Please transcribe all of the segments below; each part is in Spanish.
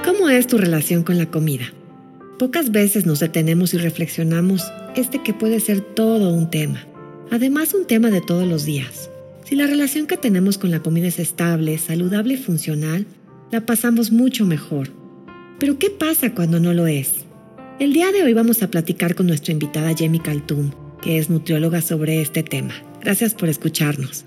¿Cómo es tu relación con la comida? Pocas veces nos detenemos y reflexionamos que puede ser todo un tema. Además, un tema de todos los días. Si la relación que tenemos con la comida es estable, saludable y funcional, la pasamos mucho mejor. Pero ¿qué pasa cuando no lo es? El día de hoy vamos a platicar con nuestra invitada Yemi Kaltum, que es nutrióloga, sobre este tema. Gracias por escucharnos.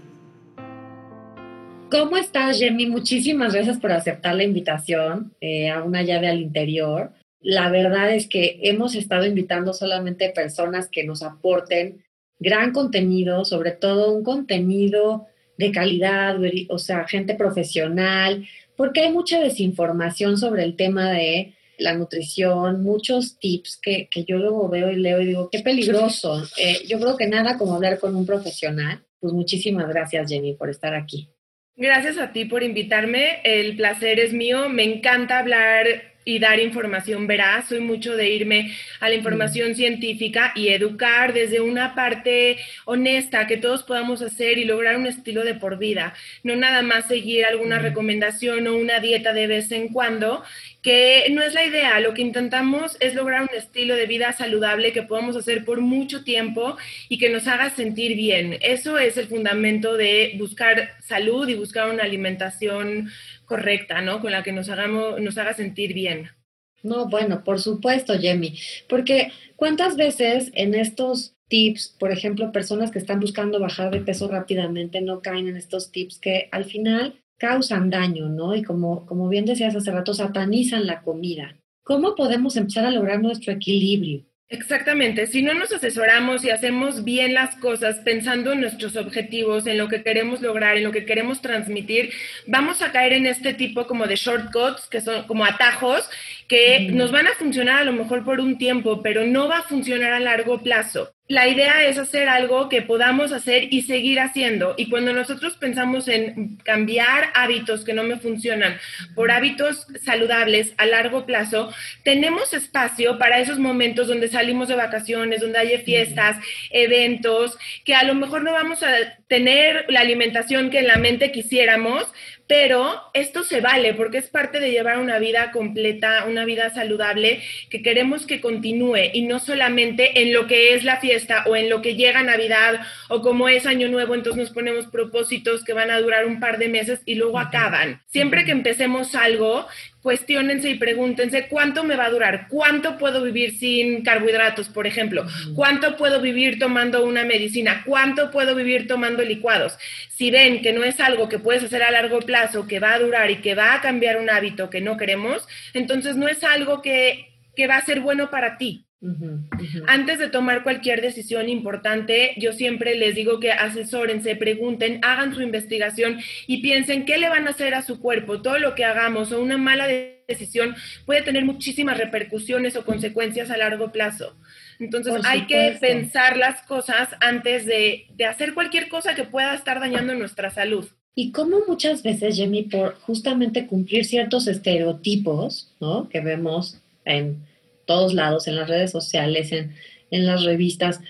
¿Cómo estás, Yemi? Muchísimas gracias por aceptar la invitación a Una Llave al Interior. La verdad es que hemos estado invitando solamente personas que nos aporten gran contenido, sobre todo un contenido de calidad, o sea, gente profesional, porque hay mucha desinformación sobre el tema de la nutrición, muchos tips que yo luego veo y leo y digo, qué peligroso. Yo creo que nada como hablar con un profesional. Pues muchísimas gracias, Yemi, por estar aquí. Gracias a ti por invitarme, el placer es mío, me encanta hablar y dar información veraz, soy mucho de irme a la información científica y educar desde una parte honesta que todos podamos hacer y lograr un estilo de por vida, no nada más seguir alguna recomendación o una dieta de vez en cuando, que no es la idea. Lo que intentamos es lograr un estilo de vida saludable que podamos hacer por mucho tiempo y que nos haga sentir bien. Eso es el fundamento de buscar salud y buscar una alimentación correcta, ¿no? Con la que nos haga sentir bien. No, bueno, por supuesto, Yemi, porque ¿cuántas veces en estos tips, por ejemplo, personas que están buscando bajar de peso rápidamente no caen en estos tips que al final causan daño, ¿no? Y como bien decías hace rato, satanizan la comida. ¿Cómo podemos empezar a lograr nuestro equilibrio? Exactamente, si no nos asesoramos y hacemos bien las cosas pensando en nuestros objetivos, en lo que queremos lograr, en lo que queremos transmitir, vamos a caer en este tipo como de shortcuts, que son como atajos, que nos van a funcionar a lo mejor por un tiempo, pero no va a funcionar a largo plazo. La idea es hacer algo que podamos hacer y seguir haciendo. Y cuando nosotros pensamos en cambiar hábitos que no me funcionan por hábitos saludables a largo plazo, tenemos espacio para esos momentos donde salimos de vacaciones, donde hay fiestas, eventos, que a lo mejor no vamos a tener la alimentación que en la mente quisiéramos, pero esto se vale porque es parte de llevar una vida completa, una vida saludable que queremos que continúe y no solamente en lo que es la fiesta o en lo que llega Navidad o como es Año Nuevo, entonces nos ponemos propósitos que van a durar un par de meses y luego acaban. Siempre que empecemos algo, cuestiónense y pregúntense cuánto me va a durar, cuánto puedo vivir sin carbohidratos, por ejemplo, cuánto puedo vivir tomando una medicina, cuánto puedo vivir tomando licuados. Si ven que no es algo que puedes hacer a largo plazo, que va a durar y que va a cambiar un hábito que no queremos, entonces no es algo que va a ser bueno para ti. Antes de tomar cualquier decisión importante, yo siempre les digo que asesórense, pregunten, hagan su investigación y piensen qué le van a hacer a su cuerpo. Todo lo que hagamos o una mala decisión puede tener muchísimas repercusiones o consecuencias a largo plazo. Entonces hay que pensar las cosas antes de hacer cualquier cosa que pueda estar dañando nuestra salud. Y como muchas veces, Yemi, por justamente cumplir ciertos estereotipos, ¿no?, que vemos en todos lados, en las redes sociales, en las revistas,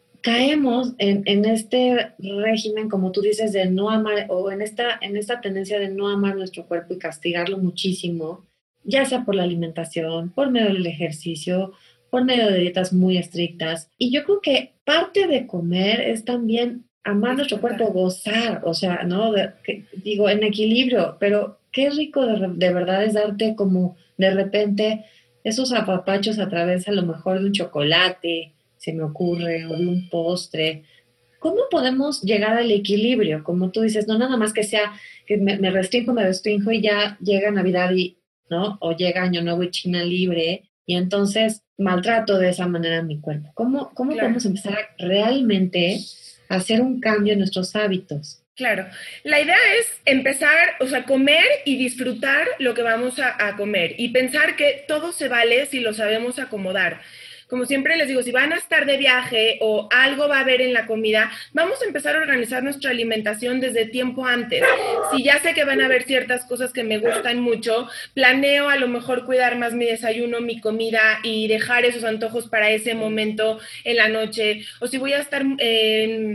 caemos en este régimen, como tú dices, de no amar, o en esta tendencia de no amar nuestro cuerpo y castigarlo muchísimo, ya sea por la alimentación, por medio del ejercicio, por medio de dietas muy estrictas. Y yo creo que parte de comer es también amar nuestro cuerpo, gozar, o sea, ¿no? Digo, en equilibrio, pero qué rico de verdad es darte como de repente esos apapachos a través a lo mejor de un chocolate, se me ocurre, o de un postre. ¿Cómo podemos llegar al equilibrio? Como tú dices, no nada más que sea que me restringo y ya llega Navidad y, ¿no? O llega Año Nuevo y China libre, y entonces maltrato de esa manera mi cuerpo. ¿Cómo podemos empezar a realmente hacer un cambio en nuestros hábitos? Claro, la idea es empezar, o sea, comer y disfrutar lo que vamos a comer y pensar que todo se vale si lo sabemos acomodar. Como siempre les digo, si van a estar de viaje o algo va a haber en la comida, vamos a empezar a organizar nuestra alimentación desde tiempo antes. Si ya sé que van a haber ciertas cosas que me gustan mucho, planeo a lo mejor cuidar más mi desayuno, mi comida y dejar esos antojos para ese momento en la noche. O si voy a estar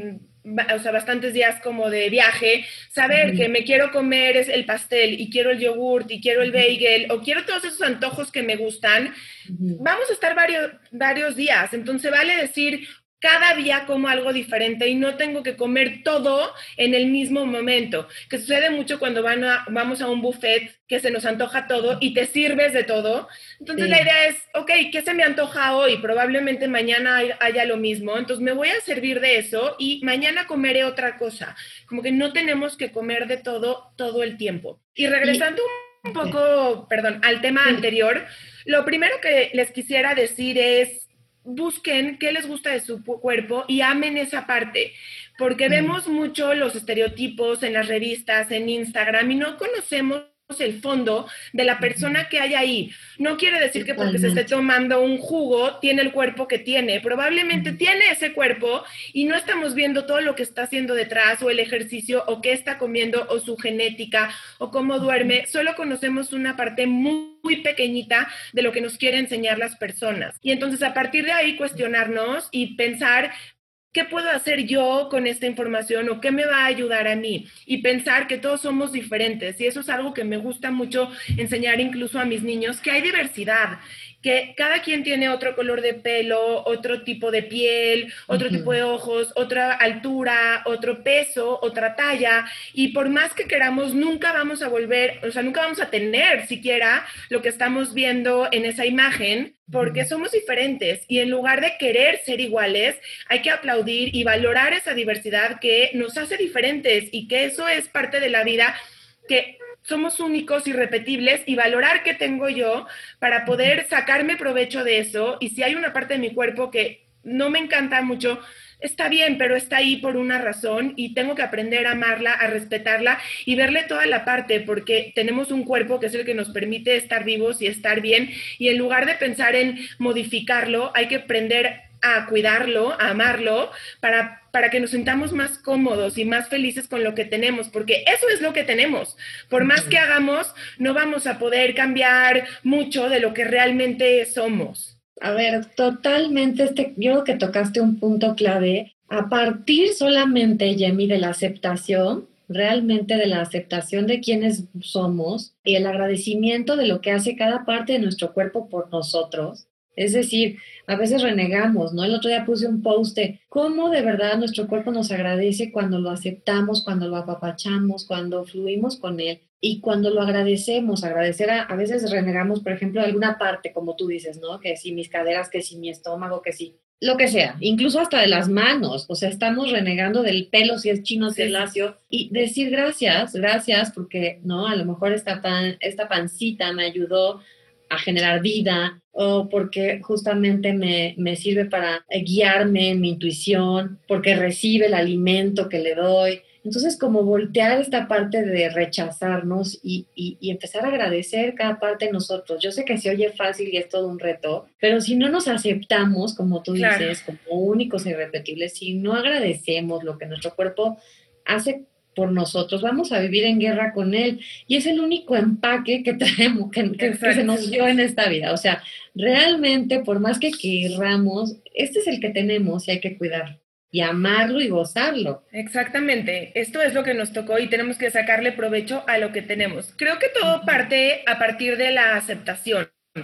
bastantes días como de viaje, saber que me quiero comer el pastel y quiero el yogurt y quiero el bagel o quiero todos esos antojos que me gustan, vamos a estar varios días. Entonces vale decir, cada día como algo diferente y no tengo que comer todo en el mismo momento, que sucede mucho cuando vamos a un buffet que se nos antoja todo y te sirves de todo. Entonces la idea es, ok, ¿qué se me antoja hoy? Probablemente mañana haya lo mismo, entonces me voy a servir de eso y mañana comeré otra cosa. Como que no tenemos que comer de todo el tiempo. Y regresando un poco, perdón, al tema anterior, lo primero que les quisiera decir es, busquen qué les gusta de su cuerpo y amen esa parte, porque vemos mucho los estereotipos en las revistas, en Instagram, y no conocemos el fondo de la persona que hay ahí. No quiere decir que porque se esté tomando un jugo tiene el cuerpo que tiene. Probablemente tiene ese cuerpo y no estamos viendo todo lo que está haciendo detrás, o el ejercicio, o qué está comiendo, o su genética, o cómo duerme. Solo conocemos una parte muy pequeñita de lo que nos quieren enseñar las personas. Y entonces a partir de ahí cuestionarnos y pensar, ¿qué puedo hacer yo con esta información o qué me va a ayudar a mí? Y pensar que todos somos diferentes. Y eso es algo que me gusta mucho enseñar incluso a mis niños, que hay diversidad, que cada quien tiene otro color de pelo, otro tipo de piel, otro tipo de ojos, otra altura, otro peso, otra talla. Y por más que queramos, nunca vamos a volver, o sea, nunca vamos a tener siquiera lo que estamos viendo en esa imagen, porque somos diferentes. Y en lugar de querer ser iguales, hay que aplaudir y valorar esa diversidad que nos hace diferentes y que eso es parte de la vida, que somos únicos, irrepetibles, y valorar qué tengo yo para poder sacarme provecho de eso. Y si hay una parte de mi cuerpo que no me encanta mucho, está bien, pero está ahí por una razón y tengo que aprender a amarla, a respetarla y verle toda la parte, porque tenemos un cuerpo que es el que nos permite estar vivos y estar bien, y en lugar de pensar en modificarlo, hay que aprender a cuidarlo, a amarlo, para que nos sintamos más cómodos y más felices con lo que tenemos, porque eso es lo que tenemos. Por más que hagamos, no vamos a poder cambiar mucho de lo que realmente somos. A ver, totalmente, yo creo que tocaste un punto clave. A partir solamente, Yemi, de la aceptación, realmente de la aceptación de quiénes somos y el agradecimiento de lo que hace cada parte de nuestro cuerpo por nosotros. Es decir, a veces renegamos, ¿no? El otro día puse un post de cómo de verdad nuestro cuerpo nos agradece cuando lo aceptamos, cuando lo apapachamos, cuando fluimos con él y cuando lo agradecemos. Agradecer a veces renegamos, por ejemplo, de alguna parte, como tú dices, ¿no? Que si mis caderas, que si mi estómago, que si lo que sea, incluso hasta de las manos. O sea, estamos renegando del pelo, si es chino, si es lacio, y decir gracias, porque, ¿no? A lo mejor esta pancita me ayudó a generar vida, o porque justamente me sirve para guiarme en mi intuición, porque recibe el alimento que le doy. Entonces, como voltear esta parte de rechazarnos y empezar a agradecer cada parte de nosotros. Yo sé que se oye fácil y es todo un reto, pero si no nos aceptamos, como tú dices, como únicos e irrepetibles, si no agradecemos lo que nuestro cuerpo hace por nosotros, vamos a vivir en guerra con él, y es el único empaque que traemos, que se nos dio en esta vida. O sea, realmente, por más que querramos, este es el que tenemos y hay que cuidarlo y amarlo y gozarlo. Exactamente, esto es lo que nos tocó y tenemos que sacarle provecho a lo que tenemos. Creo que todo parte a partir de la aceptación.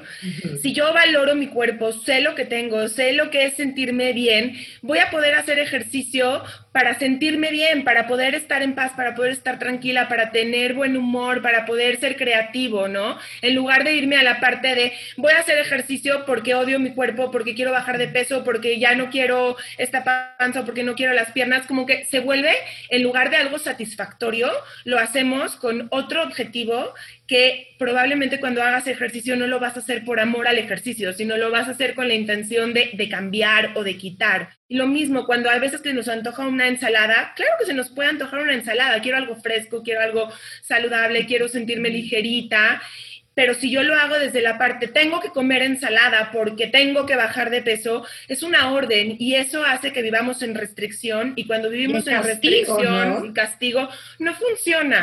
Si yo valoro mi cuerpo, sé lo que tengo, sé lo que es sentirme bien, voy a poder hacer ejercicio para sentirme bien, para poder estar en paz, para poder estar tranquila, para tener buen humor, para poder ser creativo, ¿no? En lugar de irme a la parte de voy a hacer ejercicio porque odio mi cuerpo, porque quiero bajar de peso, porque ya no quiero esta panza, porque no quiero las piernas, como que se vuelve, en lugar de algo satisfactorio, lo hacemos con otro objetivo, que probablemente cuando hagas ejercicio no lo vas a hacer por amor al ejercicio, sino lo vas a hacer con la intención de cambiar o de quitar. Y lo mismo, cuando a veces que nos antoja una ensalada, claro que se nos puede antojar una ensalada, quiero algo fresco, quiero algo saludable, quiero sentirme ligerita, pero si yo lo hago desde la parte, tengo que comer ensalada porque tengo que bajar de peso, es una orden, y eso hace que vivamos en restricción, y cuando vivimos en restricción y castigo, no funciona.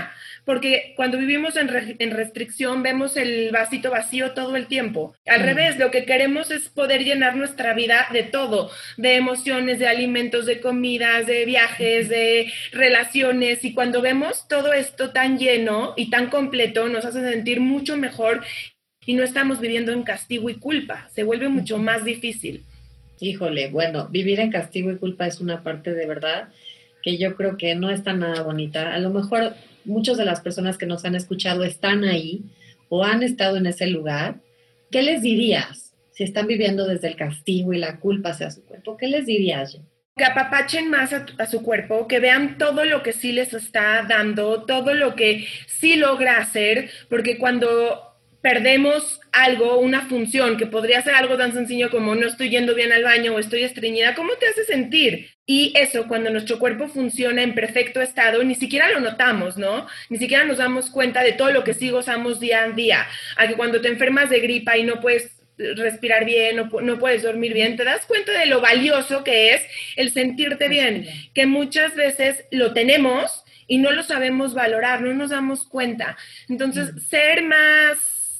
porque cuando vivimos en restricción vemos el vasito vacío todo el tiempo. Al revés, lo que queremos es poder llenar nuestra vida de todo, de emociones, de alimentos, de comidas, de viajes, de relaciones, y cuando vemos todo esto tan lleno y tan completo nos hace sentir mucho mejor y no estamos viviendo en castigo y culpa, se vuelve mucho más difícil. Híjole, bueno, vivir en castigo y culpa es una parte de verdad que yo creo que no está nada bonita. A lo mejor muchas de las personas que nos han escuchado están ahí o han estado en ese lugar. ¿Qué les dirías si están viviendo desde el castigo y la culpa hacia su cuerpo? ¿Qué les dirías, Jen? Que apapachen más a su cuerpo, que vean todo lo que sí les está dando, todo lo que sí logra hacer, porque cuando perdemos algo, una función, que podría ser algo tan sencillo como no estoy yendo bien al baño o estoy estreñida, ¿cómo te hace sentir? Y eso, cuando nuestro cuerpo funciona en perfecto estado, ni siquiera lo notamos, ¿no? Ni siquiera nos damos cuenta de todo lo que sí gozamos día a día. A que cuando te enfermas de gripa y no puedes respirar bien, no puedes dormir bien, te das cuenta de lo valioso que es el sentirte bien, que muchas veces lo tenemos y no lo sabemos valorar, no nos damos cuenta. Entonces, ser más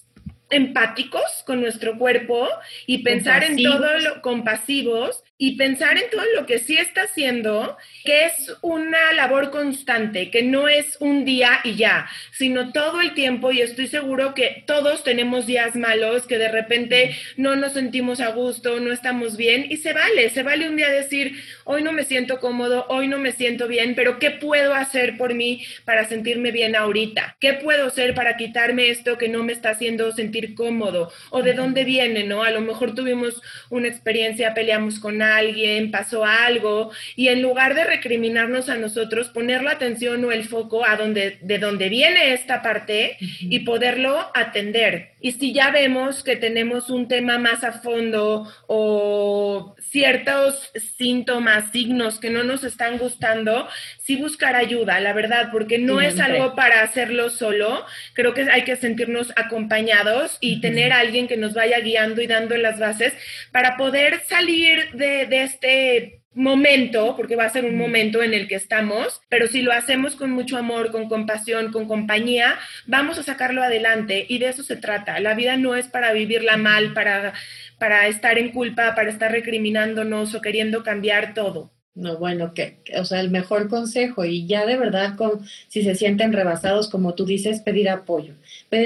empáticos con nuestro cuerpo y pensar en todo lo compasivos y pensar en todo lo que sí está haciendo, que es una labor constante, que no es un día y ya, sino todo el tiempo, y estoy seguro que todos tenemos días malos, que de repente no nos sentimos a gusto, no estamos bien, y se vale un día decir, hoy no me siento cómodo, hoy no me siento bien, pero ¿qué puedo hacer por mí para sentirme bien ahorita? ¿Qué puedo hacer para quitarme esto que no me está haciendo sentir cómodo? ¿O de dónde viene, no? A lo mejor tuvimos una experiencia, peleamos con alguien, pasó algo, y en lugar de recriminarnos a nosotros, poner la atención o el foco de donde viene esta parte y poderlo atender. Y si ya vemos que tenemos un tema más a fondo o ciertos síntomas, signos que no nos están gustando, sí buscar ayuda, la verdad, porque no es algo para hacerlo solo. Creo que hay que sentirnos acompañados y tener a alguien que nos vaya guiando y dando las bases para poder salir de este momento, porque va a ser un momento en el que estamos, pero si lo hacemos con mucho amor, con compasión, con compañía, vamos a sacarlo adelante, y de eso se trata. La vida no es para vivirla mal, para estar en culpa, para estar recriminándonos o queriendo cambiar todo. No, bueno, o sea, el mejor consejo, y ya de verdad, si se sienten rebasados, como tú dices, pedir apoyo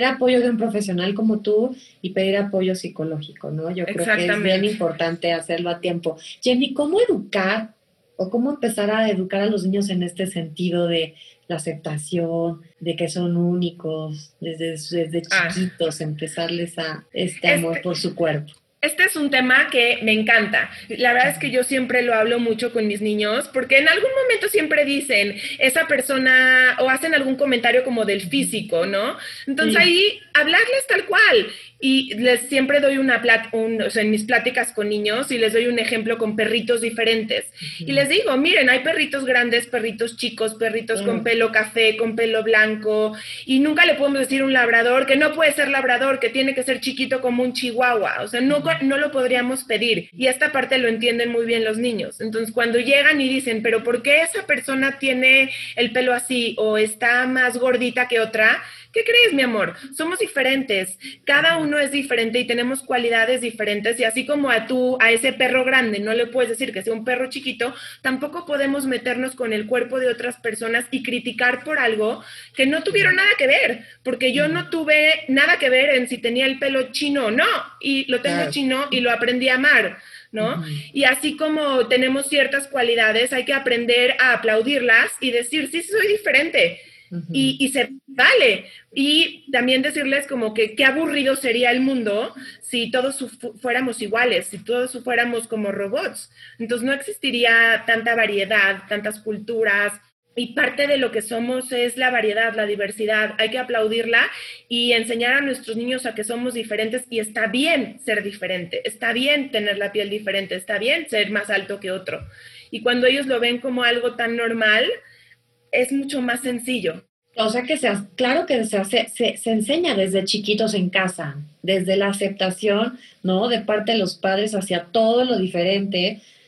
de un profesional como tú y pedir apoyo psicológico, ¿no? Yo creo que es bien importante hacerlo a tiempo. Jenny, ¿cómo educar o cómo empezar a educar a los niños en este sentido de la aceptación, de que son únicos, desde chiquitos, empezarles a este amor por su cuerpo? Este es un tema que me encanta. La verdad es que yo siempre lo hablo mucho con mis niños, porque en algún momento siempre dicen, esa persona, o hacen algún comentario como del físico, ¿no? Entonces ahí hablarles tal cual. Y les siempre doy o sea, en mis pláticas con niños, y les doy un ejemplo con perritos diferentes. Y les digo, miren, hay perritos grandes, perritos chicos, perritos con pelo café, con pelo blanco, y nunca le podemos decir a un labrador que no puede ser labrador, que tiene que ser chiquito como un chihuahua. O sea, no lo podríamos pedir. Y esta parte lo entienden muy bien los niños. Entonces, cuando llegan y dicen, pero ¿por qué esa persona tiene el pelo así o está más gordita que otra? ¿Qué crees, mi amor? Somos diferentes. Cada uno es diferente y tenemos cualidades diferentes. Y así como a ese perro grande, no le puedes decir que sea un perro chiquito, tampoco podemos meternos con el cuerpo de otras personas y criticar por algo que no tuvieron nada que ver. Porque yo no tuve nada que ver en si tenía el pelo chino o no. Y lo tengo chino y lo aprendí a amar, ¿no? Y así como tenemos ciertas cualidades, hay que aprender a aplaudirlas y decir, sí, soy diferente. Y se vale. Y también decirles como que qué aburrido sería el mundo si todos fuéramos iguales, si todos fuéramos como robots. Entonces no existiría tanta variedad, tantas culturas. Y parte de lo que somos es la variedad, la diversidad. Hay que aplaudirla y enseñar a nuestros niños a que somos diferentes, y está bien ser diferente, está bien tener la piel diferente, está bien ser más alto que otro. Y cuando ellos lo ven como algo tan normal, es mucho más sencillo. O sea que claro que se enseña desde chiquitos en casa, desde la aceptación, ¿no? De parte de los padres hacia todo lo diferente,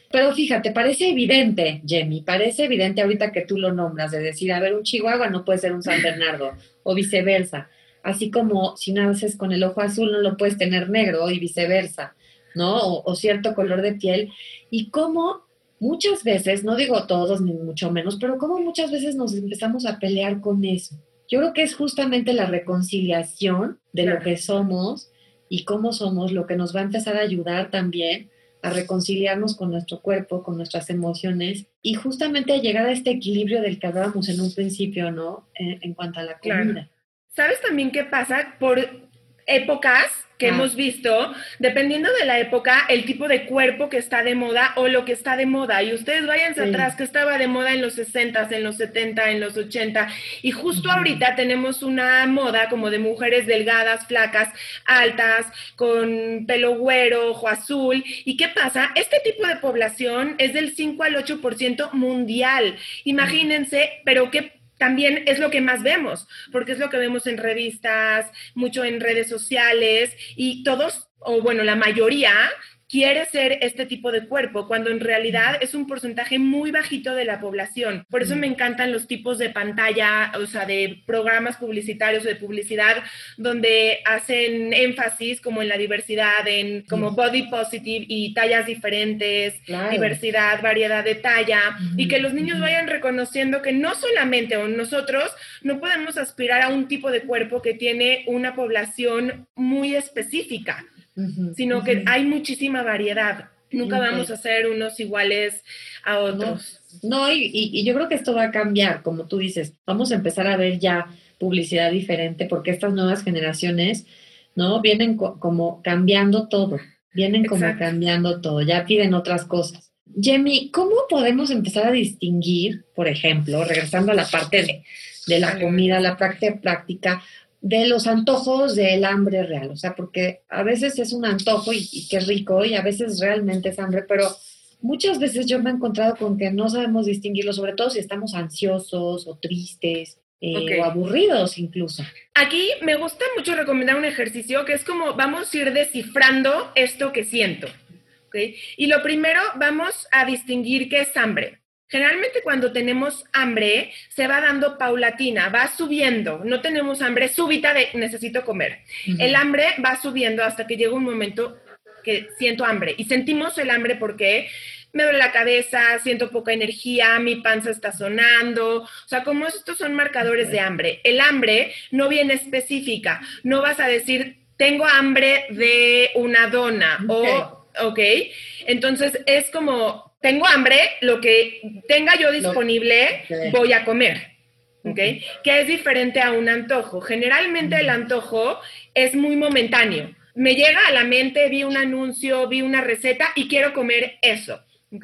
Pero fíjate, parece evidente, Jamie, parece evidente ahorita que tú lo nombras, de decir, a ver, un chihuahua no puede ser un San Bernardo, o viceversa. Así como si naces con el ojo azul, no lo puedes tener negro y viceversa, ¿no? O cierto color de piel. Y cómo muchas veces, no digo todos ni mucho menos, pero cómo muchas veces nos empezamos a pelear con eso. Yo creo que es justamente la reconciliación de lo Claro. que somos y cómo somos lo que nos va a empezar a ayudar también a reconciliarnos con nuestro cuerpo, con nuestras emociones y justamente a llegar a este equilibrio del que hablábamos en un principio, ¿no? En cuanto a la Claro. comida. ¿Sabes también qué pasa? Por épocas que hemos visto, dependiendo de la época, el tipo de cuerpo que está de moda o lo que está de moda. Y ustedes váyanse atrás, que estaba de moda en los 60, en los 70, en los 80. Y justo ahorita tenemos una moda como de mujeres delgadas, flacas, altas, con pelo güero, ojo azul. ¿Y qué pasa? Este tipo de población es del 5 al 8% mundial. Imagínense, pero qué también es lo que más vemos, porque es lo que vemos en revistas, mucho en redes sociales, y todos, o bueno, la mayoría quiere ser este tipo de cuerpo, cuando en realidad es un porcentaje muy bajito de la población. Por eso me encantan los tipos de pantalla, o sea, de programas publicitarios o de publicidad, donde hacen énfasis como en la diversidad, en como body positive y tallas diferentes, diversidad, variedad de talla, y que los niños vayan reconociendo que no solamente nosotros no podemos aspirar a un tipo de cuerpo que tiene una población muy específica, sino que hay muchísima variedad. Nunca vamos a ser unos iguales a otros. No, y yo creo que esto va a cambiar, como tú dices. Vamos a empezar a ver ya publicidad diferente porque estas nuevas generaciones, ¿no? Vienen como cambiando todo. Vienen como Exacto. cambiando todo. Ya piden otras cosas. Jamie, ¿cómo podemos empezar a distinguir, por ejemplo, regresando a la parte de la comida, la práctica, de los antojos del hambre real? O sea, porque a veces es un antojo y qué rico, y a veces realmente es hambre, pero muchas veces yo me he encontrado con que no sabemos distinguirlo, sobre todo si estamos ansiosos o tristes o aburridos incluso. Aquí me gusta mucho recomendar un ejercicio que es como vamos a ir descifrando esto que siento. ¿Okay? Y lo primero, vamos a distinguir qué es hambre. Generalmente cuando tenemos hambre, se va dando paulatina, va subiendo. No tenemos hambre súbita de necesito comer. El hambre va subiendo hasta que llega un momento que siento hambre. Y sentimos el hambre porque me duele la cabeza, siento poca energía, mi panza está sonando. O sea, como estos son marcadores de hambre. El hambre no viene específica. No vas a decir, tengo hambre de una dona ¿ok? Entonces es como, tengo hambre, lo que tenga yo disponible, voy a comer, ¿ok? Que es diferente a un antojo. Generalmente el antojo es muy momentáneo. Me llega a la mente, vi un anuncio, vi una receta y quiero comer eso, ¿ok?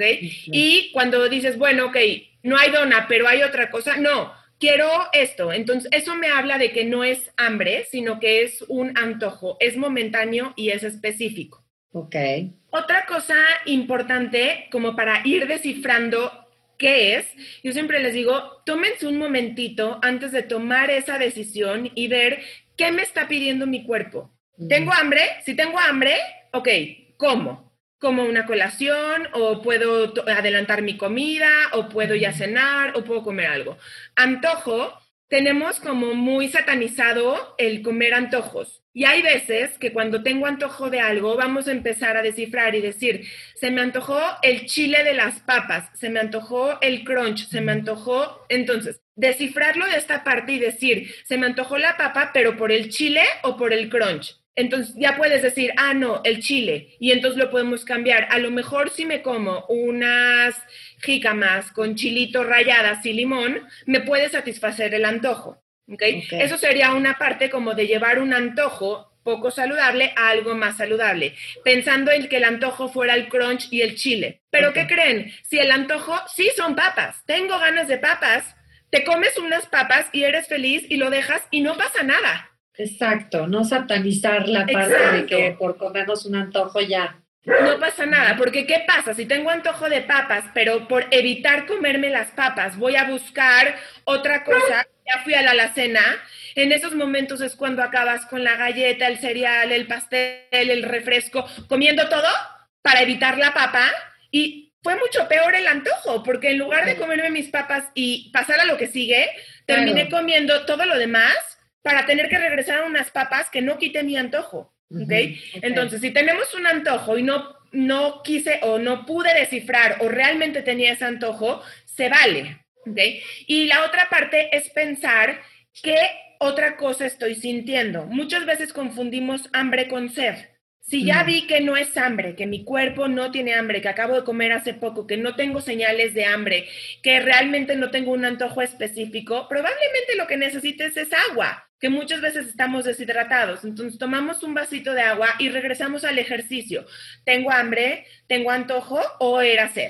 Y cuando dices, bueno, ok, no hay dona, pero hay otra cosa, no, quiero esto. Entonces, eso me habla de que no es hambre, sino que es un antojo, es momentáneo y es específico. Ok. Otra cosa importante, como para ir descifrando qué es, yo siempre les digo, tómense un momentito antes de tomar esa decisión y ver qué me está pidiendo mi cuerpo. ¿Tengo hambre? Si tengo hambre, ok, ¿cómo? Como una colación, o puedo adelantar mi comida, o puedo ya cenar, o puedo comer algo. Antojo, tenemos como muy satanizado el comer antojos. Y hay veces que cuando tengo antojo de algo, vamos a empezar a descifrar y decir, se me antojó el chile de las papas, se me antojó el crunch, se me antojó... Entonces, descifrarlo de esta parte y decir, se me antojó la papa, pero por el chile o por el crunch. Entonces ya puedes decir, ah, no, el chile, y entonces lo podemos cambiar. A lo mejor si me como unas jícamas con chilito ralladas y limón, me puede satisfacer el antojo. ¿Okay? Eso sería una parte como de llevar un antojo poco saludable a algo más saludable, pensando en que el antojo fuera el crunch y el chile. Pero ¿qué creen? Si el antojo, sí son papas, tengo ganas de papas, te comes unas papas y eres feliz y lo dejas y no pasa nada. Exacto, no satanizar la parte de que por comernos un antojo ya. No pasa nada, porque ¿qué pasa? Si tengo antojo de papas, pero por evitar comerme las papas voy a buscar otra cosa, ya fui a la alacena, en esos momentos es cuando acabas con la galleta, el cereal, el pastel, el refresco, comiendo todo para evitar la papa y fue mucho peor el antojo, porque en lugar de comerme mis papas y pasar a lo que sigue, terminé comiendo todo lo demás para tener que regresar a unas papas que no quité mi antojo. ¿Okay? Entonces, si tenemos un antojo y no quise o no pude descifrar o realmente tenía ese antojo, se vale. ¿Okay? Y la otra parte es pensar qué otra cosa estoy sintiendo. Muchas veces confundimos hambre con sed. Si ya vi que no es hambre, que mi cuerpo no tiene hambre, que acabo de comer hace poco, que no tengo señales de hambre, que realmente no tengo un antojo específico, probablemente lo que necesites es agua, que muchas veces estamos deshidratados. Entonces tomamos un vasito de agua y regresamos al ejercicio. ¿Tengo hambre? ¿Tengo antojo? ¿O era sed?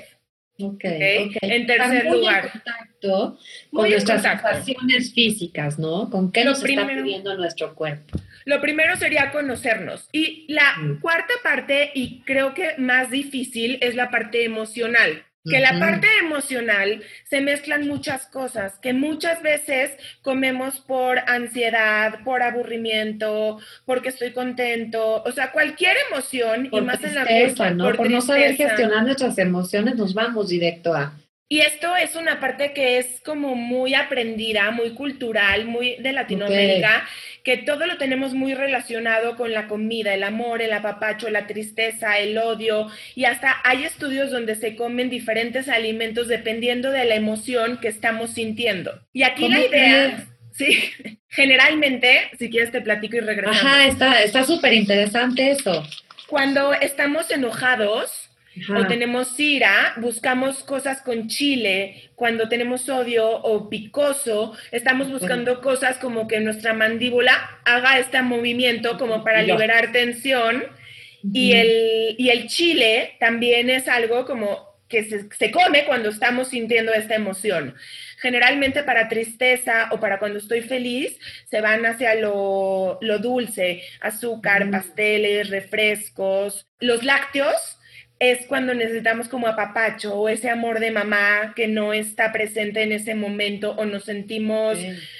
Okay. En tercer lugar. En contacto con nuestras sensaciones físicas, ¿no? ¿Con qué nos está pidiendo nuestro cuerpo? Lo primero sería conocernos. Y la cuarta parte, y creo que más difícil, es la parte emocional. Que la parte emocional se mezclan muchas cosas, que muchas veces comemos por ansiedad, por aburrimiento, porque estoy contento, o sea, cualquier emoción por y más tristeza, en la culpa, ¿no? Por no saber gestionar nuestras emociones, nos vamos directo a... Y esto es una parte que es como muy aprendida, muy cultural, muy de Latinoamérica, que todo lo tenemos muy relacionado con la comida, el amor, el apapacho, la tristeza, el odio, y hasta hay estudios donde se comen diferentes alimentos dependiendo de la emoción que estamos sintiendo. Y aquí la idea... Sí, generalmente, si quieres te platico y regresamos. Ajá, está súper interesante eso. Cuando estamos enojados, o tenemos ira, buscamos cosas con chile. Cuando tenemos odio o picoso, estamos buscando cosas como que nuestra mandíbula haga este movimiento como para liberar tensión. Y el chile también es algo como que se come cuando estamos sintiendo esta emoción. Generalmente para tristeza o para cuando estoy feliz, se van hacia lo dulce, azúcar, pasteles, refrescos. Los lácteos es cuando necesitamos como apapacho o ese amor de mamá que no está presente en ese momento o nos sentimos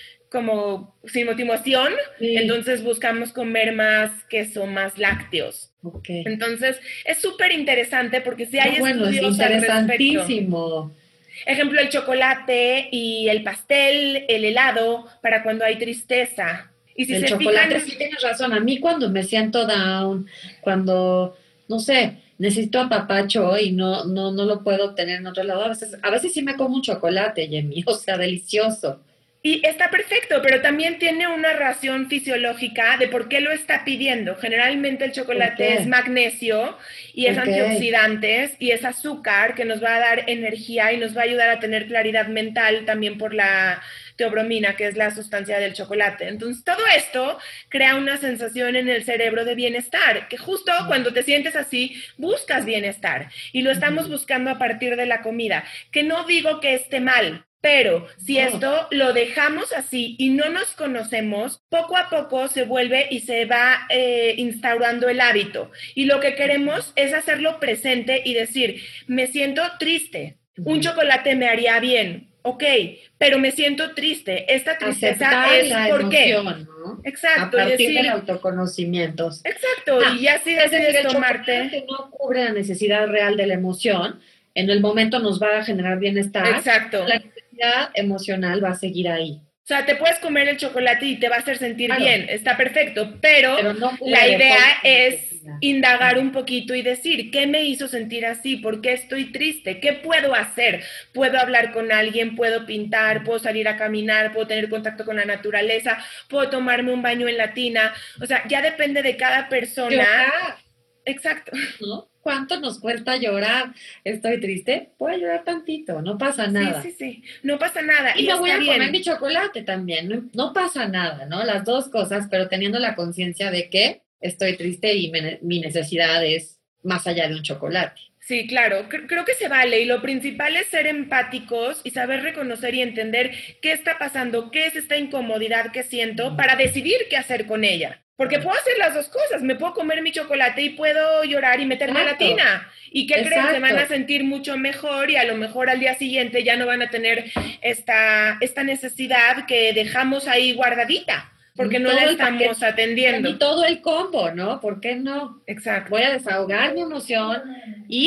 como sin motivación, entonces buscamos comer más queso, más lácteos. Entonces, es súper interesante porque si hay estudios al respecto. Ejemplo, el chocolate y el pastel, el helado, para cuando hay tristeza. Y si el chocolate, sí tienes razón. A mí cuando me siento down, cuando, no sé, necesito apapacho y no lo puedo obtener en otro lado, a veces sí me como un chocolate, Yemi, o sea, delicioso. Y está perfecto, pero también tiene una razón fisiológica de por qué lo está pidiendo. Generalmente el chocolate es magnesio y es antioxidantes y es azúcar que nos va a dar energía y nos va a ayudar a tener claridad mental también por la teobromina, que es la sustancia del chocolate. Entonces, todo esto crea una sensación en el cerebro de bienestar, que justo cuando te sientes así, buscas bienestar. Y lo estamos buscando a partir de la comida, que no digo que esté mal. Pero si esto lo dejamos así y no nos conocemos, poco a poco se vuelve y se va instaurando el hábito. Y lo que queremos es hacerlo presente y decir, me siento triste, un chocolate me haría bien, ok, pero me siento triste. Esta tristeza aceptar es la ¿por qué? Emoción, ¿no? Exacto. A partir del autoconocimiento. Exacto, y ya si decides tomarte... Que no cubre la necesidad real de la emoción, en el momento nos va a generar bienestar. Exacto. La necesidad emocional va a seguir ahí. O sea, te puedes comer el chocolate y te va a hacer sentir bien, está perfecto, pero no la idea es indagar un poquito y decir, ¿qué me hizo sentir así? ¿Por qué estoy triste? ¿Qué puedo hacer? ¿Puedo hablar con alguien? ¿Puedo pintar? ¿Puedo salir a caminar? ¿Puedo tener contacto con la naturaleza? ¿Puedo tomarme un baño en la tina? O sea, ya depende de cada persona. Llorar. Exacto. ¿No? ¿Cuánto nos cuesta llorar? ¿Estoy triste? Puedo llorar tantito, no pasa nada. Sí, no pasa nada. Y me voy a comer mi chocolate también, no pasa nada, ¿no? Las dos cosas, pero teniendo la conciencia de que estoy triste y mi necesidad es más allá de un chocolate. Sí, claro, creo que se vale y lo principal es ser empáticos y saber reconocer y entender qué está pasando, qué es esta incomodidad que siento para decidir qué hacer con ella. Porque puedo hacer las dos cosas, me puedo comer mi chocolate y puedo llorar y meterme a la tina. ¿Y qué creen? Se van a sentir mucho mejor y a lo mejor al día siguiente ya no van a tener esta necesidad que dejamos ahí guardadita, porque no la estamos atendiendo. Y todo el combo, ¿no? ¿Por qué no? Exacto. Voy a desahogar mi emoción y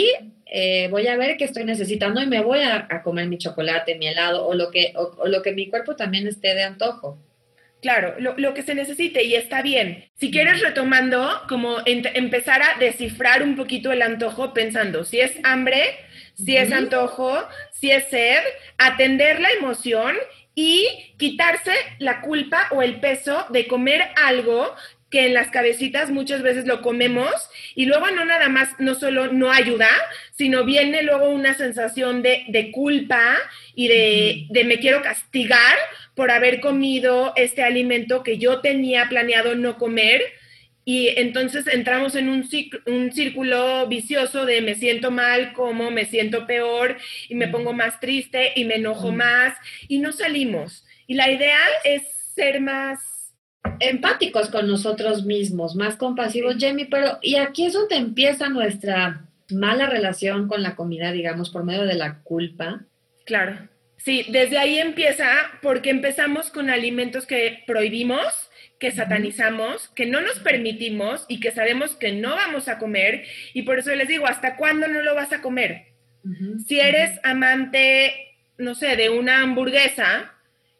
voy a ver qué estoy necesitando y me voy a comer mi chocolate, mi helado o lo que mi cuerpo también esté de antojo. Claro, lo que se necesite y está bien. Si quieres retomando, como empezar a descifrar un poquito el antojo pensando si es hambre, si es antojo, si es sed, atender la emoción y quitarse la culpa o el peso de comer algo que en las cabecitas muchas veces lo comemos y luego no nada más, no solo no ayuda, sino viene luego una sensación de culpa y de me quiero castigar por haber comido este alimento que yo tenía planeado no comer. Y entonces entramos en un círculo vicioso de me siento mal, como me siento peor y me pongo más triste y me enojo más y no salimos. Y la idea es ser más empáticos con nosotros mismos, más compasivos, Jamie, pero y aquí es donde empieza nuestra mala relación con la comida, digamos, por medio de la culpa. Claro. Sí, desde ahí empieza porque empezamos con alimentos que prohibimos, que satanizamos, que no nos permitimos y que sabemos que no vamos a comer. Y por eso les digo, ¿hasta cuándo no lo vas a comer? Si eres amante, no sé, de una hamburguesa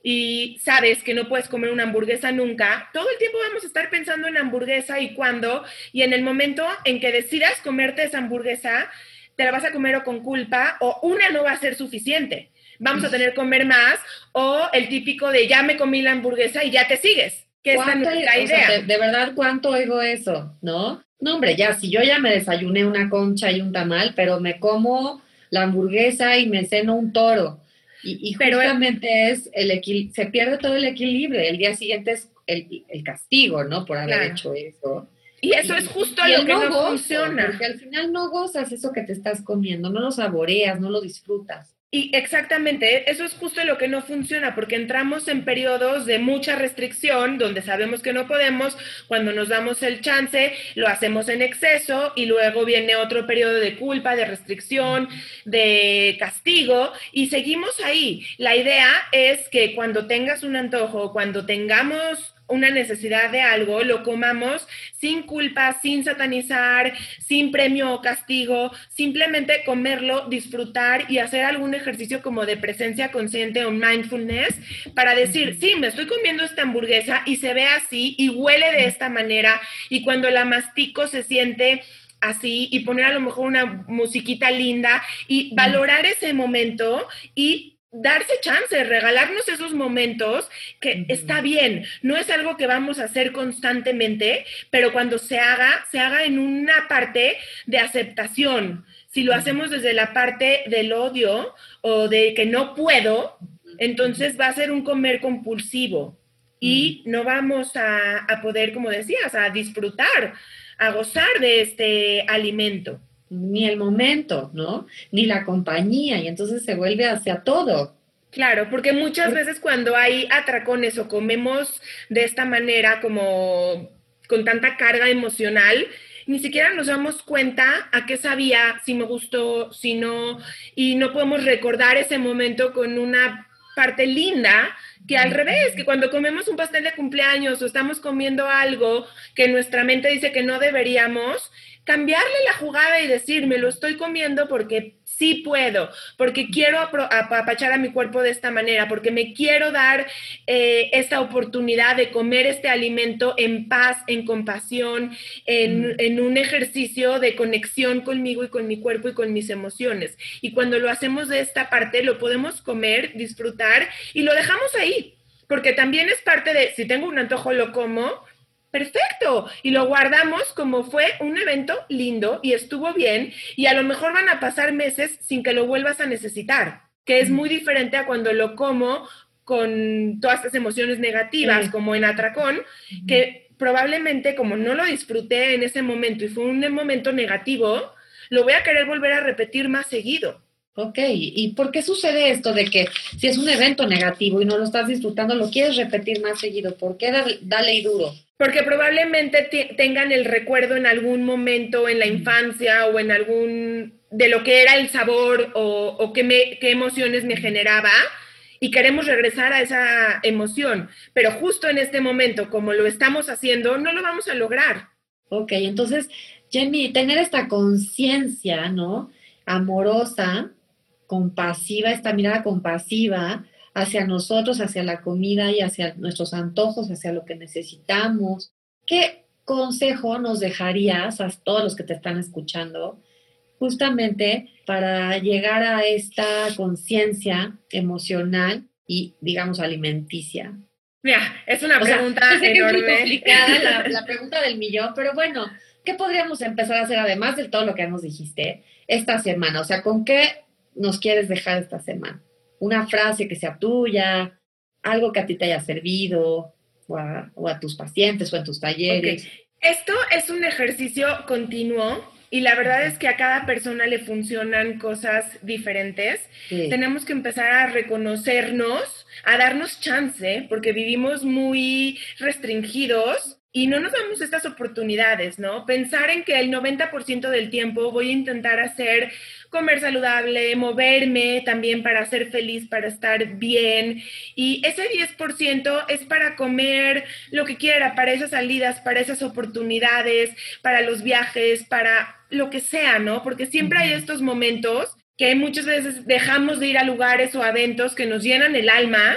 y sabes que no puedes comer una hamburguesa nunca, todo el tiempo vamos a estar pensando en hamburguesa y cuándo, y en el momento en que decidas comerte esa hamburguesa, te la vas a comer o con culpa o una no va a ser suficiente. Vamos a tener que comer más o el típico de ya me comí la hamburguesa y ya te sigues, que esta no es la idea. O sea, de verdad, ¿cuánto oigo eso? ¿No? No, hombre, ya, si yo ya me desayuné una concha y un tamal, pero me como la hamburguesa y me ceno un toro. Y justamente es se pierde todo el equilibrio. El día siguiente es el castigo, ¿no? Por haber hecho eso. Y eso es justo lo que no funciona. Porque al final no gozas eso que te estás comiendo, no lo saboreas, no lo disfrutas. Y exactamente, eso es justo lo que no funciona, porque entramos en periodos de mucha restricción, donde sabemos que no podemos, cuando nos damos el chance, lo hacemos en exceso, y luego viene otro periodo de culpa, de restricción, de castigo, y seguimos ahí. La idea es que cuando tengas un antojo, cuando tengamos una necesidad de algo, lo comamos sin culpa, sin satanizar, sin premio o castigo, simplemente comerlo, disfrutar y hacer algún ejercicio como de presencia consciente o mindfulness para decir, sí, me estoy comiendo esta hamburguesa y se ve así y huele de esta manera y cuando la mastico se siente así y poner a lo mejor una musiquita linda y valorar ese momento y darse chance, regalarnos esos momentos que está bien, no es algo que vamos a hacer constantemente, pero cuando se haga en una parte de aceptación. Si lo hacemos desde la parte del odio o de que no puedo, entonces va a ser un comer compulsivo y no vamos a poder, como decías, a disfrutar, a gozar de este alimento. Ni el momento, ¿no? Ni la compañía, y entonces se vuelve hacia todo. Claro, porque muchas veces cuando hay atracones o comemos de esta manera como con tanta carga emocional, ni siquiera nos damos cuenta a qué sabía, si me gustó, si no, y no podemos recordar ese momento con una parte linda, que al revés, que cuando comemos un pastel de cumpleaños o estamos comiendo algo que nuestra mente dice que no deberíamos, cambiarle la jugada y decir, me lo estoy comiendo porque sí puedo, porque quiero apapachar a mi cuerpo de esta manera, porque me quiero dar esta oportunidad de comer este alimento en paz, en compasión, en un ejercicio de conexión conmigo y con mi cuerpo y con mis emociones. Y cuando lo hacemos de esta parte, lo podemos comer, disfrutar y lo dejamos ahí, porque también es parte de, si tengo un antojo, lo como. Perfecto, y lo guardamos como fue un evento lindo y estuvo bien y a lo mejor van a pasar meses sin que lo vuelvas a necesitar, que es muy diferente a cuando lo como con todas estas emociones negativas como en atracón, que probablemente como no lo disfruté en ese momento y fue un momento negativo, lo voy a querer volver a repetir más seguido. Ok, ¿y por qué sucede esto de que si es un evento negativo y no lo estás disfrutando, lo quieres repetir más seguido? ¿Por qué dale y duro? Porque probablemente tengan el recuerdo en algún momento en la infancia o en algún de lo que era el sabor o qué emociones me generaba y queremos regresar a esa emoción. Pero justo en este momento, como lo estamos haciendo, no lo vamos a lograr. Ok, entonces, Jamie, tener esta conciencia, ¿no? amorosa, compasiva, esta mirada compasiva hacia nosotros, hacia la comida y hacia nuestros antojos, hacia lo que necesitamos. ¿Qué consejo nos dejarías a todos los que te están escuchando justamente para llegar a esta conciencia emocional y, digamos, alimenticia? Mira, es una pregunta sé que enorme. es muy complicada la pregunta del millón, pero bueno, ¿qué podríamos empezar a hacer además de todo lo que nos dijiste esta semana? O sea, ¿con qué nos quieres dejar esta semana? Una frase que sea tuya, algo que a ti te haya servido, o a tus pacientes o en tus talleres. Okay. Esto es un ejercicio continuo y la verdad es que a cada persona le funcionan cosas diferentes. Sí. Tenemos que empezar a reconocernos, a darnos chance, porque vivimos muy restringidos y no nos damos estas oportunidades, ¿no? Pensar en que el 90% del tiempo voy a intentar comer saludable, moverme también para ser feliz, para estar bien. Y ese 10% es para comer lo que quiera, para esas salidas, para esas oportunidades, para los viajes, para lo que sea, ¿no? Porque siempre hay estos momentos que muchas veces dejamos de ir a lugares o a eventos que nos llenan el alma,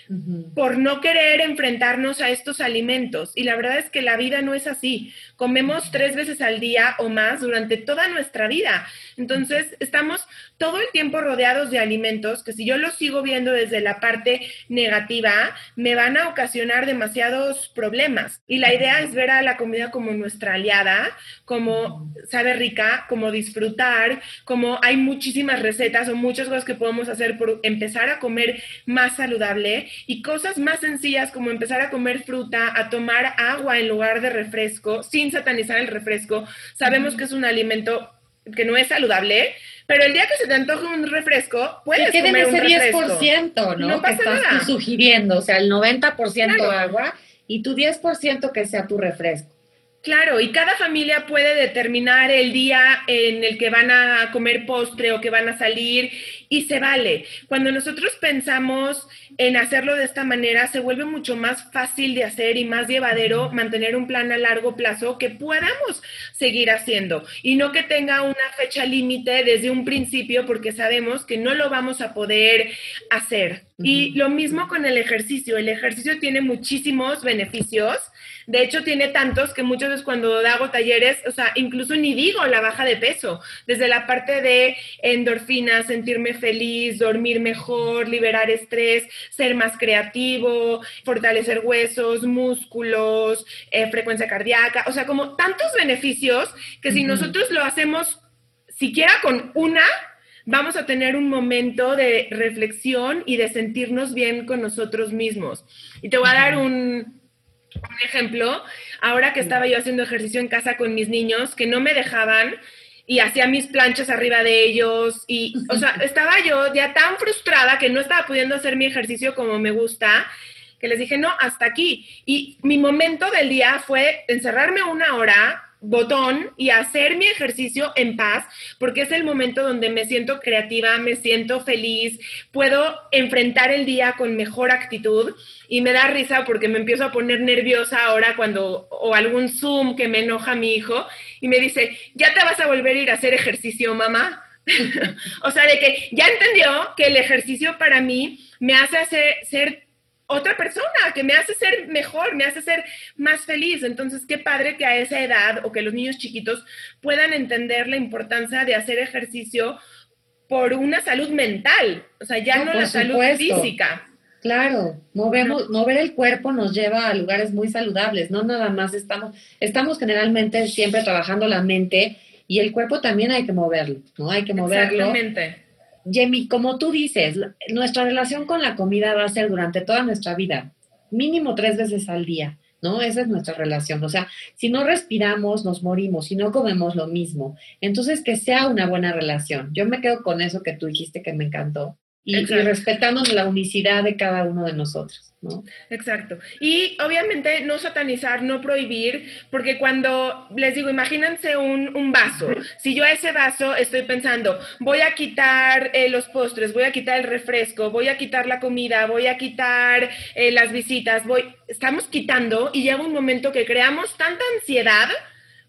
por no querer enfrentarnos a estos alimentos. Y la verdad es que la vida no es así. Comemos 3 veces al día o más durante toda nuestra vida. Entonces, estamos todo el tiempo rodeados de alimentos que si yo los sigo viendo desde la parte negativa, me van a ocasionar demasiados problemas. Y la idea es ver a la comida como nuestra aliada, como sabe rica, como disfrutar, como hay muchísimas recetas o muchas cosas que podemos hacer por empezar a comer más saludable. Y cosas más sencillas como empezar a comer fruta, a tomar agua en lugar de refresco, sin satanizar el refresco. Sabemos que es un alimento que no es saludable, pero el día que se te antoje un refresco, puedes comer un refresco. Que ese 10%, ¿no? No pasa que estás nada. Tú sugiriendo, o sea, el 90% claro. agua y tu 10% que sea tu refresco. Claro, y cada familia puede determinar el día en el que van a comer postre o que van a salir y se vale. Cuando nosotros pensamos en hacerlo de esta manera, se vuelve mucho más fácil de hacer y más llevadero mantener un plan a largo plazo que podamos seguir haciendo y no que tenga una fecha límite desde un principio porque sabemos que no lo vamos a poder hacer. Y lo mismo con el ejercicio. El ejercicio tiene muchísimos beneficios. De hecho, tiene tantos que muchas veces cuando hago talleres, o sea, incluso ni digo la baja de peso. Desde la parte de endorfinas, sentirme feliz, dormir mejor, liberar estrés, ser más creativo, fortalecer huesos, músculos, frecuencia cardíaca. O sea, como tantos beneficios que si nosotros lo hacemos siquiera con una, vamos a tener un momento de reflexión y de sentirnos bien con nosotros mismos. Y te voy a dar un ejemplo. Ahora que estaba yo haciendo ejercicio en casa con mis niños, que no me dejaban y hacía mis planchas arriba de ellos y, o sea, estaba yo ya tan frustrada que no estaba pudiendo hacer mi ejercicio como me gusta, que les dije, no, hasta aquí. Y mi momento del día fue encerrarme 1 hora, botón, y hacer mi ejercicio en paz, porque es el momento donde me siento creativa, me siento feliz, puedo enfrentar el día con mejor actitud y me da risa porque me empiezo a poner nerviosa ahora o algún Zoom que me enoja a mi hijo y me dice, ¿ya te vas a volver a ir a hacer ejercicio, mamá? O sea, de que ya entendió que el ejercicio para mí me hace ser otra persona, que me hace ser mejor, me hace ser más feliz. Entonces, qué padre que a esa edad o que los niños chiquitos puedan entender la importancia de hacer ejercicio por una salud mental, o sea, ya no la salud física. Claro, mover el cuerpo nos lleva a lugares muy saludables, no nada más estamos generalmente siempre trabajando la mente y el cuerpo también hay que moverlo, ¿no? Hay que moverlo. Exactamente. Jamie, como tú dices, nuestra relación con la comida va a ser durante toda nuestra vida, mínimo 3 veces al día, ¿no? Esa es nuestra relación. O sea, si no respiramos, nos morimos, si no comemos lo mismo. Entonces, que sea una buena relación. Yo me quedo con eso que tú dijiste que me encantó. Y respetamos la unicidad de cada uno de nosotros, ¿no? Exacto. Y obviamente no satanizar, no prohibir, porque cuando les digo, imagínense un vaso. Si yo a ese vaso estoy pensando, voy a quitar los postres, voy a quitar el refresco, voy a quitar la comida, voy a quitar las visitas, estamos quitando y llega un momento que creamos tanta ansiedad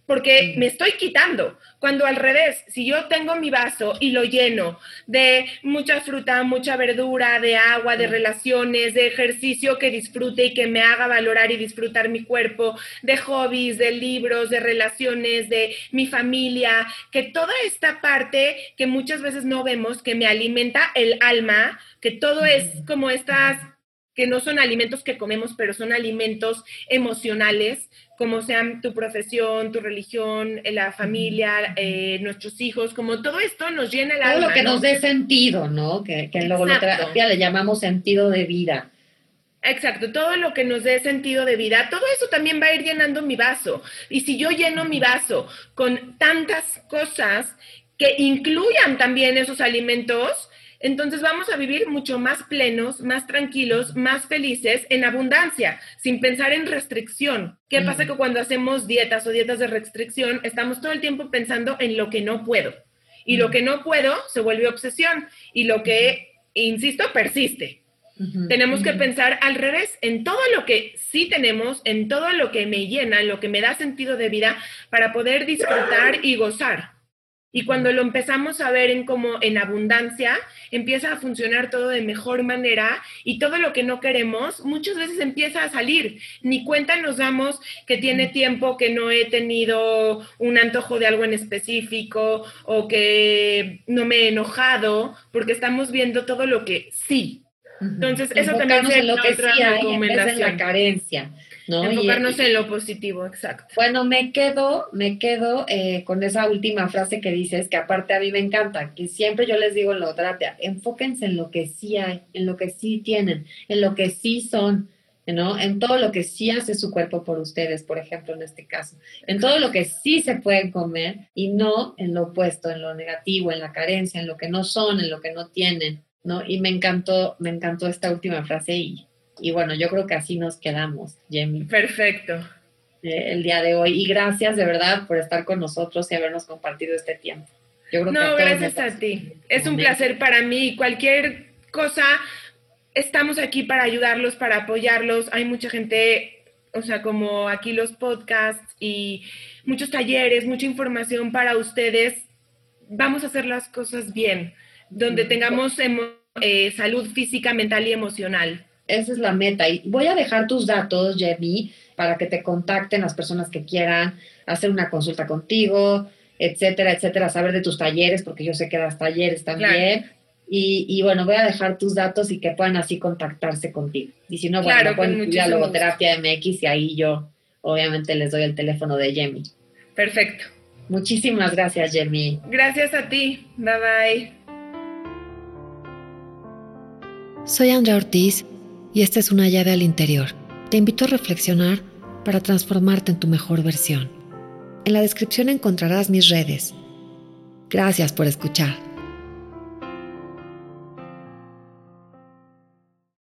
porque me estoy quitando. Cuando al revés, si yo tengo mi vaso y lo lleno de mucha fruta, mucha verdura, de agua, de relaciones, de ejercicio que disfrute y que me haga valorar y disfrutar mi cuerpo, de hobbies, de libros, de relaciones, de mi familia, que toda esta parte que muchas veces no vemos, que me alimenta el alma, que todo es como estas, que no son alimentos que comemos, pero son alimentos emocionales, como sean tu profesión, tu religión, la familia, nuestros hijos, como todo esto nos llena el alma. Todo lo que ¿no? nos dé sentido, ¿no? Que en logoterapia le llamamos sentido de vida. Exacto, todo lo que nos dé sentido de vida, todo eso también va a ir llenando mi vaso. Y si yo lleno mi vaso con tantas cosas que incluyan también esos alimentos, entonces vamos a vivir mucho más plenos, más tranquilos, más felices, en abundancia, sin pensar en restricción. ¿Qué pasa? Que cuando hacemos dietas o dietas de restricción, estamos todo el tiempo pensando en lo que no puedo. Y lo que no puedo se vuelve obsesión. Y lo que, insisto, persiste. Tenemos que pensar al revés, en todo lo que sí tenemos, en todo lo que me llena, en lo que me da sentido de vida, para poder disfrutar y gozar. Y cuando lo empezamos a ver en abundancia, empieza a funcionar todo de mejor manera y todo lo que no queremos muchas veces empieza a salir. Ni cuenta nos damos que tiene tiempo que no he tenido un antojo de algo en específico o que no me he enojado, porque estamos viendo todo lo que sí. Entonces, eso también es lo que sí hay en vez de la carencia, ¿no? Enfocarnos en lo positivo, exacto. Bueno, me quedo con esa última frase que dices, que aparte a mí me encanta, que siempre yo les digo en logoterapia, enfóquense en lo que sí hay, en lo que sí tienen, en lo que sí son, ¿no? En todo lo que sí hace su cuerpo por ustedes, por ejemplo, en este caso. En todo lo que sí se pueden comer y no en lo opuesto, en lo negativo, en la carencia, en lo que no son, en lo que no tienen, ¿no? Y me encantó esta última frase y bueno, yo creo que así nos quedamos, Yemi. Perfecto. El día de hoy. Y gracias de verdad por estar con nosotros y habernos compartido este tiempo. Yo creo que gracias a ti. Es un placer para mí. Cualquier cosa, estamos aquí para ayudarlos, para apoyarlos. Hay mucha gente, o sea, como aquí los podcasts y muchos talleres, mucha información para ustedes. Vamos a hacer las cosas bien, donde tengamos salud física, mental y emocional. Esa es la meta. Y voy a dejar tus datos, Yemi, para que te contacten las personas que quieran hacer una consulta contigo, etcétera, etcétera, saber de tus talleres, porque yo sé que das talleres también. Claro. Y bueno, voy a dejar tus datos y que puedan así contactarse contigo. Y si no, bueno, claro, pueden ir a Logoterapia MX y ahí yo obviamente les doy el teléfono de Yemi. Perfecto. Muchísimas gracias, Yemi. Gracias a ti. Bye bye. Soy Andrea Ortiz y esta es una llave al interior. Te invito a reflexionar para transformarte en tu mejor versión. En la descripción encontrarás mis redes. Gracias por escuchar.